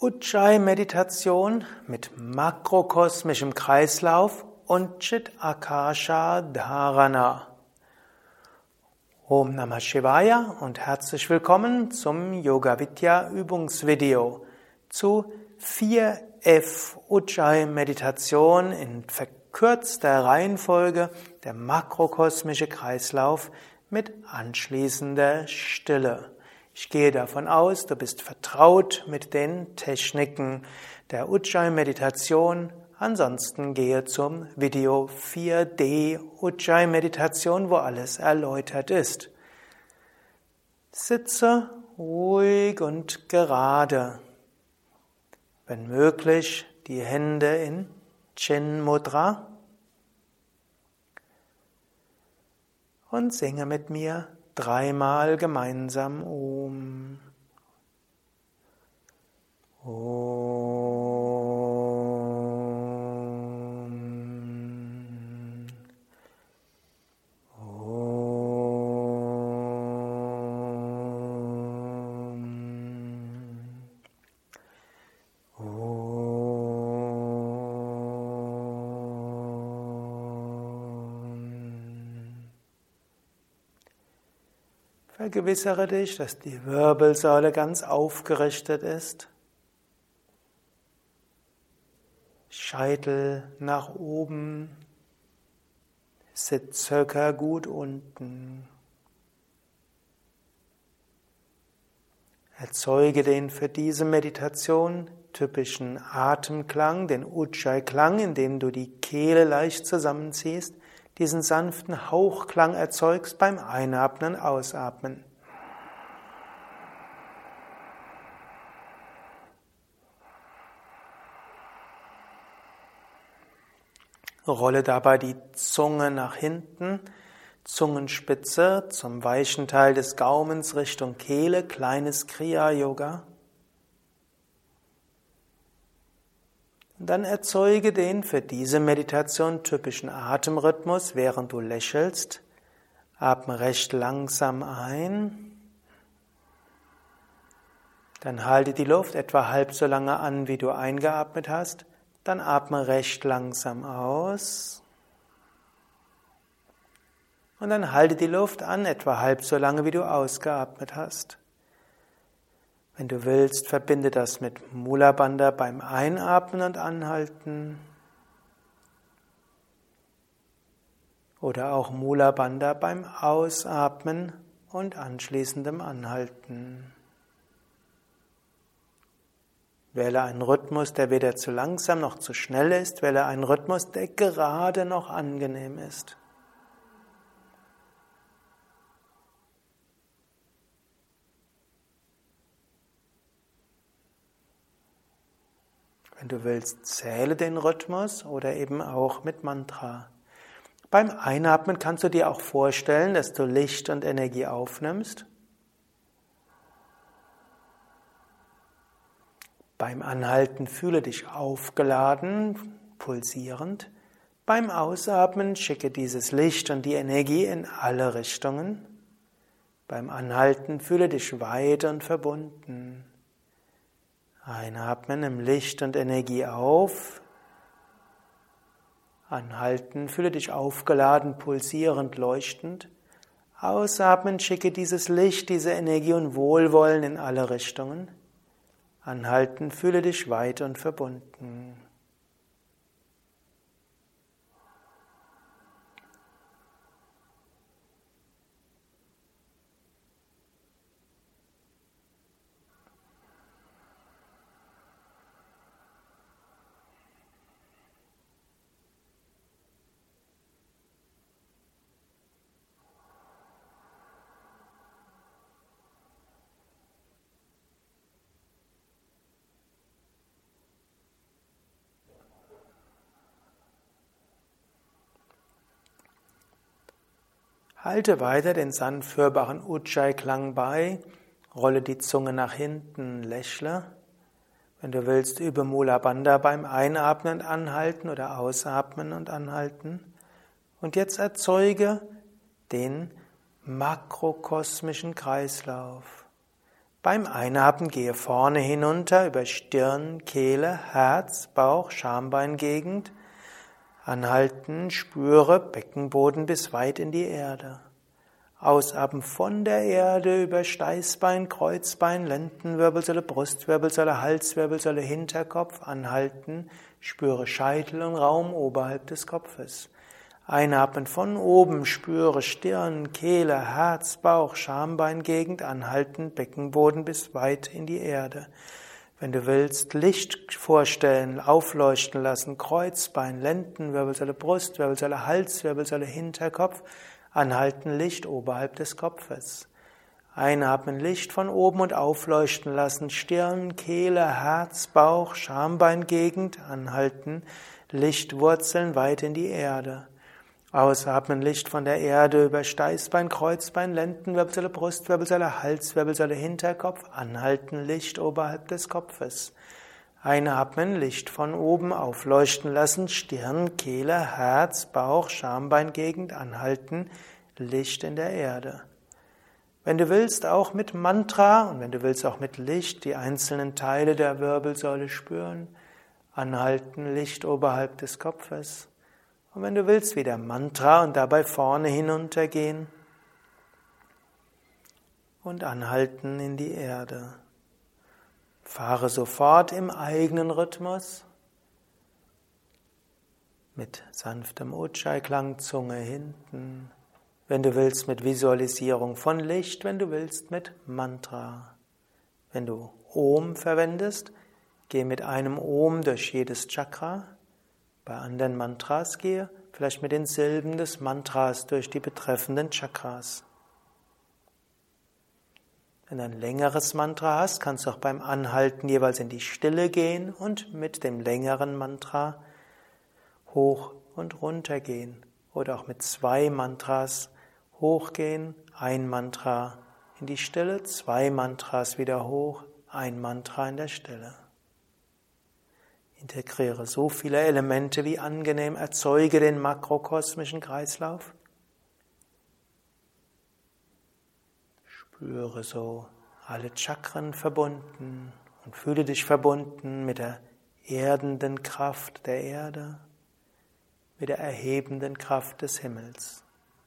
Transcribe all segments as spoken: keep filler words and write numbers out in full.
Ujjayi-Meditation mit makrokosmischem Kreislauf und Chit-Akasha Dharana. Om Namah Shivaya und herzlich willkommen zum Yoga Vidya Übungsvideo zu vier F Ujjayi-Meditation in verkürzter Reihenfolge, der makrokosmische Kreislauf mit anschließender Stille. Ich gehe davon aus, du bist vertraut mit den Techniken der Ujjayi-Meditation. Ansonsten gehe zum Video vier D Ujjayi-Meditation, wo alles erläutert ist. Sitze ruhig und gerade. Wenn möglich, die Hände in Chin Mudra. Und singe mit mir dreimal gemeinsam Om. Om. Om. Vergewissere dich, dass die Wirbelsäule ganz aufgerichtet ist. Scheitel nach oben, Sitzhöcker gut unten. Erzeuge den für diese Meditation typischen Atemklang, den Ujjayi-Klang, indem du die Kehle leicht zusammenziehst, diesen sanften Hauchklang erzeugst beim Einatmen, Ausatmen. Rolle dabei die Zunge nach hinten, Zungenspitze zum weichen Teil des Gaumens Richtung Kehle, kleines Kriya-Yoga. Und dann erzeuge den für diese Meditation typischen Atemrhythmus, während du lächelst. Atme recht langsam ein. Dann halte die Luft etwa halb so lange an, wie du eingeatmet hast. Dann atme recht langsam aus. Und dann halte die Luft an, etwa halb so lange, wie du ausgeatmet hast. Wenn du willst, verbinde das mit Mula Bandha beim Einatmen und Anhalten. Oder auch Mula Bandha beim Ausatmen und anschließendem Anhalten. Wähle einen Rhythmus, der weder zu langsam noch zu schnell ist. Wähle einen Rhythmus, der gerade noch angenehm ist. Wenn du willst, zähle den Rhythmus oder eben auch mit Mantra. Beim Einatmen kannst du dir auch vorstellen, dass du Licht und Energie aufnimmst. Beim Anhalten fühle dich aufgeladen, pulsierend. Beim Ausatmen schicke dieses Licht und die Energie in alle Richtungen. Beim Anhalten fühle dich weit und verbunden. Einatmen, nimm Licht und Energie auf. Anhalten, fühle dich aufgeladen, pulsierend, leuchtend. Ausatmen, schicke dieses Licht, diese Energie und Wohlwollen in alle Richtungen. Anhalten, fühle dich weit und verbunden. Halte weiter den sanft hörbaren Ujjayi-Klang bei, rolle die Zunge nach hinten, lächle. Wenn du willst, übe Mula Bandha beim Einatmen und Anhalten oder Ausatmen und Anhalten. Und jetzt erzeuge den makrokosmischen Kreislauf. Beim Einatmen gehe vorne hinunter über Stirn, Kehle, Herz, Bauch, Schambeingegend. Anhalten, spüre Beckenboden bis weit in die Erde. Ausatmen von der Erde über Steißbein, Kreuzbein, Lendenwirbelsäule, Brustwirbelsäule, Halswirbelsäule, Hinterkopf. Anhalten, spüre Scheitel und Raum oberhalb des Kopfes. Einatmen von oben, spüre Stirn, Kehle, Herz, Bauch, Schambeingegend. Anhalten, Beckenboden bis weit in die Erde. Wenn du willst, Licht vorstellen, aufleuchten lassen, Kreuzbein, Lendenwirbelsäule, Brustwirbelsäule, Halswirbelsäule, Hinterkopf. Anhalten, Licht oberhalb des Kopfes. Einatmen, Licht von oben und aufleuchten lassen, Stirn, Kehle, Herz, Bauch, Schambeingegend. Anhalten, Lichtwurzeln weit in die Erde. Ausatmen, Licht von der Erde über Steißbein, Kreuzbein, Lendenwirbelsäule, Brustwirbelsäule, Halswirbelsäule, Hinterkopf. Anhalten, Licht oberhalb des Kopfes. Einatmen, Licht von oben aufleuchten lassen, Stirn, Kehle, Herz, Bauch, Schambeingegend. Anhalten, Licht in der Erde. Wenn du willst, auch mit Mantra und wenn du willst, auch mit Licht die einzelnen Teile der Wirbelsäule spüren. Anhalten, Licht oberhalb des Kopfes. Und wenn du willst, wieder Mantra und dabei vorne hinuntergehen und anhalten in die Erde. Fahre sofort im eigenen Rhythmus mit sanftem Ujjayi-Klang, Zunge hinten. Wenn du willst, mit Visualisierung von Licht, wenn du willst, mit Mantra. Wenn du Om verwendest, geh mit einem Om durch jedes Chakra. Bei anderen Mantras gehe vielleicht mit den Silben des Mantras durch die betreffenden Chakras. Wenn du ein längeres Mantra hast, kannst du auch beim Anhalten jeweils in die Stille gehen und mit dem längeren Mantra hoch und runter gehen. Oder auch mit zwei Mantras hochgehen, ein Mantra in die Stille, zwei Mantras wieder hoch, ein Mantra in der Stille. Integriere so viele Elemente wie angenehm, erzeuge den makrokosmischen Kreislauf. Spüre so alle Chakren verbunden und fühle dich verbunden mit der erdenden Kraft der Erde, mit der erhebenden Kraft des Himmels.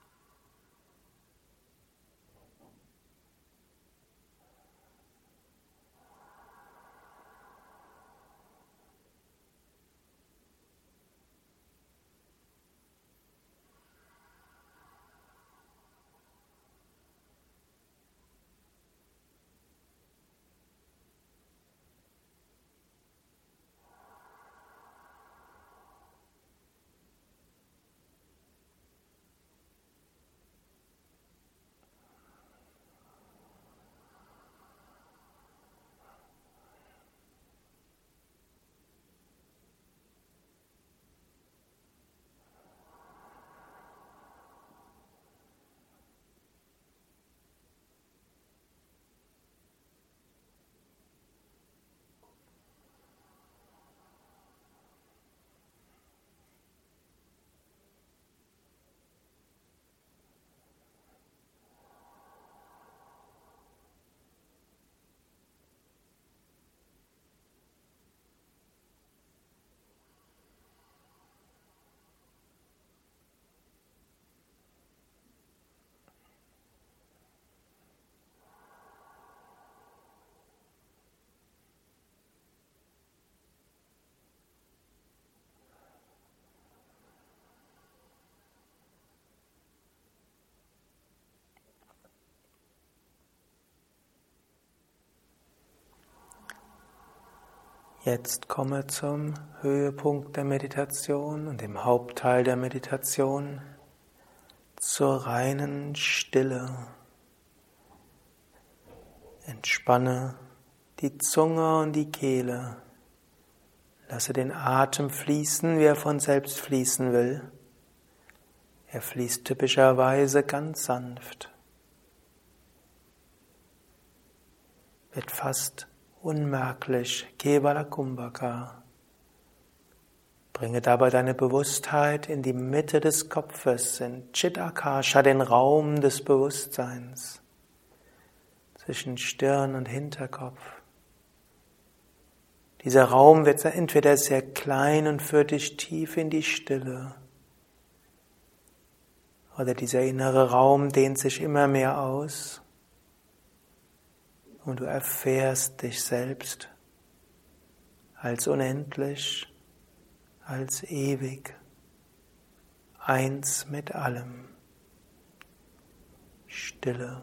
Jetzt komme zum Höhepunkt der Meditation und dem Hauptteil der Meditation, zur reinen Stille. Entspanne die Zunge und die Kehle. Lasse den Atem fließen, wie er von selbst fließen will. Er fließt typischerweise ganz sanft. Wird fast unmerklich, Kevala Kumbhaka. Bringe dabei deine Bewusstheit in die Mitte des Kopfes, in Chit Akasha, den Raum des Bewusstseins. zwischen Stirn und Hinterkopf. Dieser Raum wird entweder sehr klein und führt dich tief in die Stille, oder dieser innere Raum dehnt sich immer mehr aus und du erfährst dich selbst als unendlich, als ewig, eins mit allem. Stille.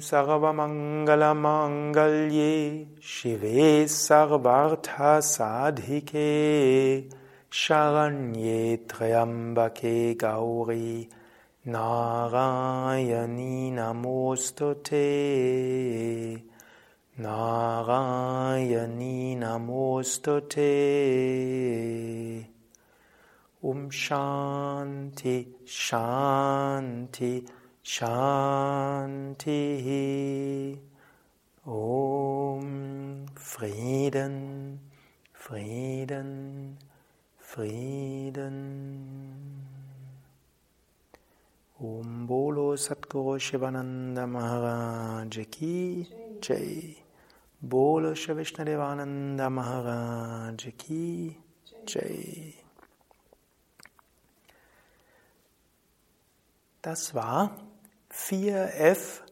Sarvamangala-mangalye Shive Sarvartha-sadhike Sharanye Triambake Gauri Narayani Namostute Narayani Namostute. Um Shanti, Shanti, Shanti. Om Frieden, Frieden, Frieden. Om Bolo Satguru Shivananda Maharaj Ki Jai. Bolo Shri Vishnadevananda Maharaj Ki Jai. Das war vier F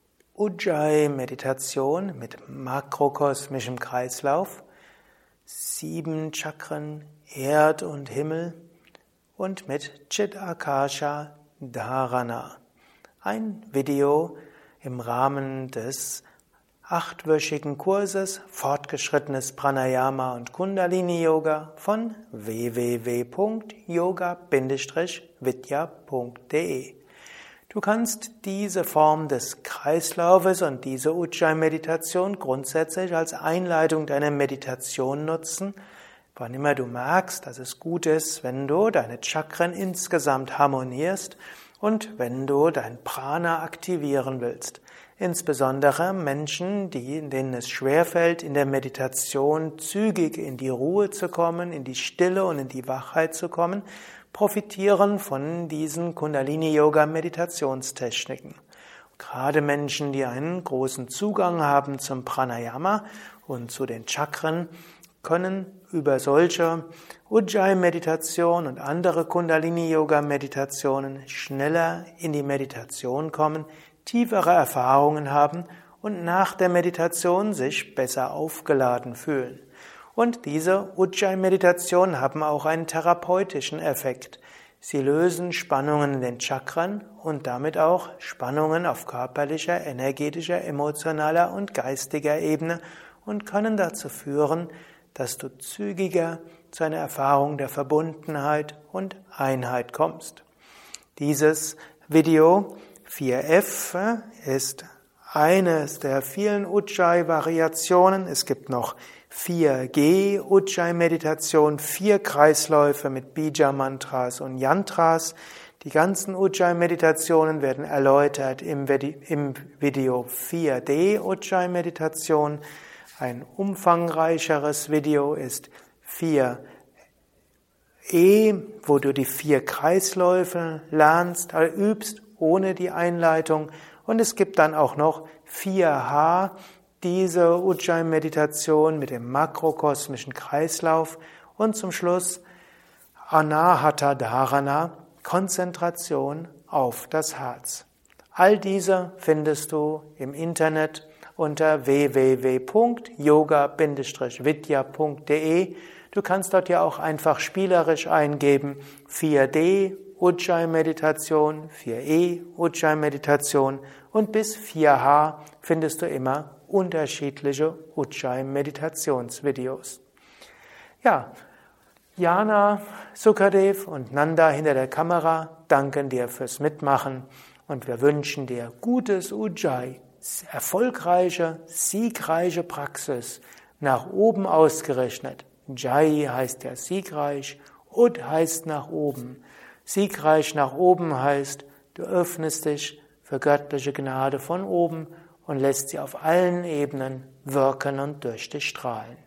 Ujjayi-Meditation mit makrokosmischem Kreislauf, sieben Chakren, Erd und Himmel und mit Chit-Akasha Dharana. Ein Video im Rahmen des achtwöchigen Kurses Fortgeschrittenes Pranayama und Kundalini Yoga von w w w punkt yoga Bindestrich vidya punkt de. Du kannst diese Form des Kreislaufes und diese Ujjayi-Meditation grundsätzlich als Einleitung deiner Meditation nutzen, wann immer du merkst, dass es gut ist, wenn du deine Chakren insgesamt harmonierst und wenn du dein Prana aktivieren willst. Insbesondere Menschen, die, denen es schwerfällt, in der Meditation zügig in die Ruhe zu kommen, in die Stille und in die Wachheit zu kommen, profitieren von diesen Kundalini-Yoga-Meditationstechniken. Gerade Menschen, die einen großen Zugang haben zum Pranayama und zu den Chakren, können über solche Ujjayi-Meditation und andere Kundalini-Yoga-Meditationen schneller in die Meditation kommen, tiefere Erfahrungen haben und nach der Meditation sich besser aufgeladen fühlen. Und diese Ujjayi-Meditationen haben auch einen therapeutischen Effekt. Sie lösen Spannungen in den Chakren und damit auch Spannungen auf körperlicher, energetischer, emotionaler und geistiger Ebene und können dazu führen, dass du zügiger zu einer Erfahrung der Verbundenheit und Einheit kommst. Dieses Video vier F ist eines der vielen Ujjayi-Variationen. Es gibt noch vier G Ujjayi-Meditation, vier Kreisläufe mit Bija-Mantras und Yantras. Die ganzen Ujjayi-Meditationen werden erläutert im Video vier D Ujjayi-Meditation. Ein umfangreicheres Video ist vier E, wo du die vier Kreisläufe lernst, übst ohne die Einleitung. Und es gibt dann auch noch vier H, diese Ujjayi-Meditation mit dem makrokosmischen Kreislauf. Und zum Schluss Anahata Dharana, Konzentration auf das Herz. All diese findest du im Internet unter w w w punkt yoga Bindestrich vidya punkt de. Du kannst dort ja auch einfach spielerisch eingeben vier D Ujjayi-Meditation, vier E Ujjayi-Meditation und bis vier H findest du immer unterschiedliche Ujjayi-Meditationsvideos. Ja, Jana, Sukadev und Nanda hinter der Kamera danken dir fürs Mitmachen und wir wünschen dir gutes Ujjayi, erfolgreiche, siegreiche Praxis, nach oben ausgerichtet. Jai heißt ja siegreich, Ud heißt nach oben. Siegreich nach oben heißt, du öffnest dich für göttliche Gnade von oben und lässt sie auf allen Ebenen wirken und durch dich strahlen.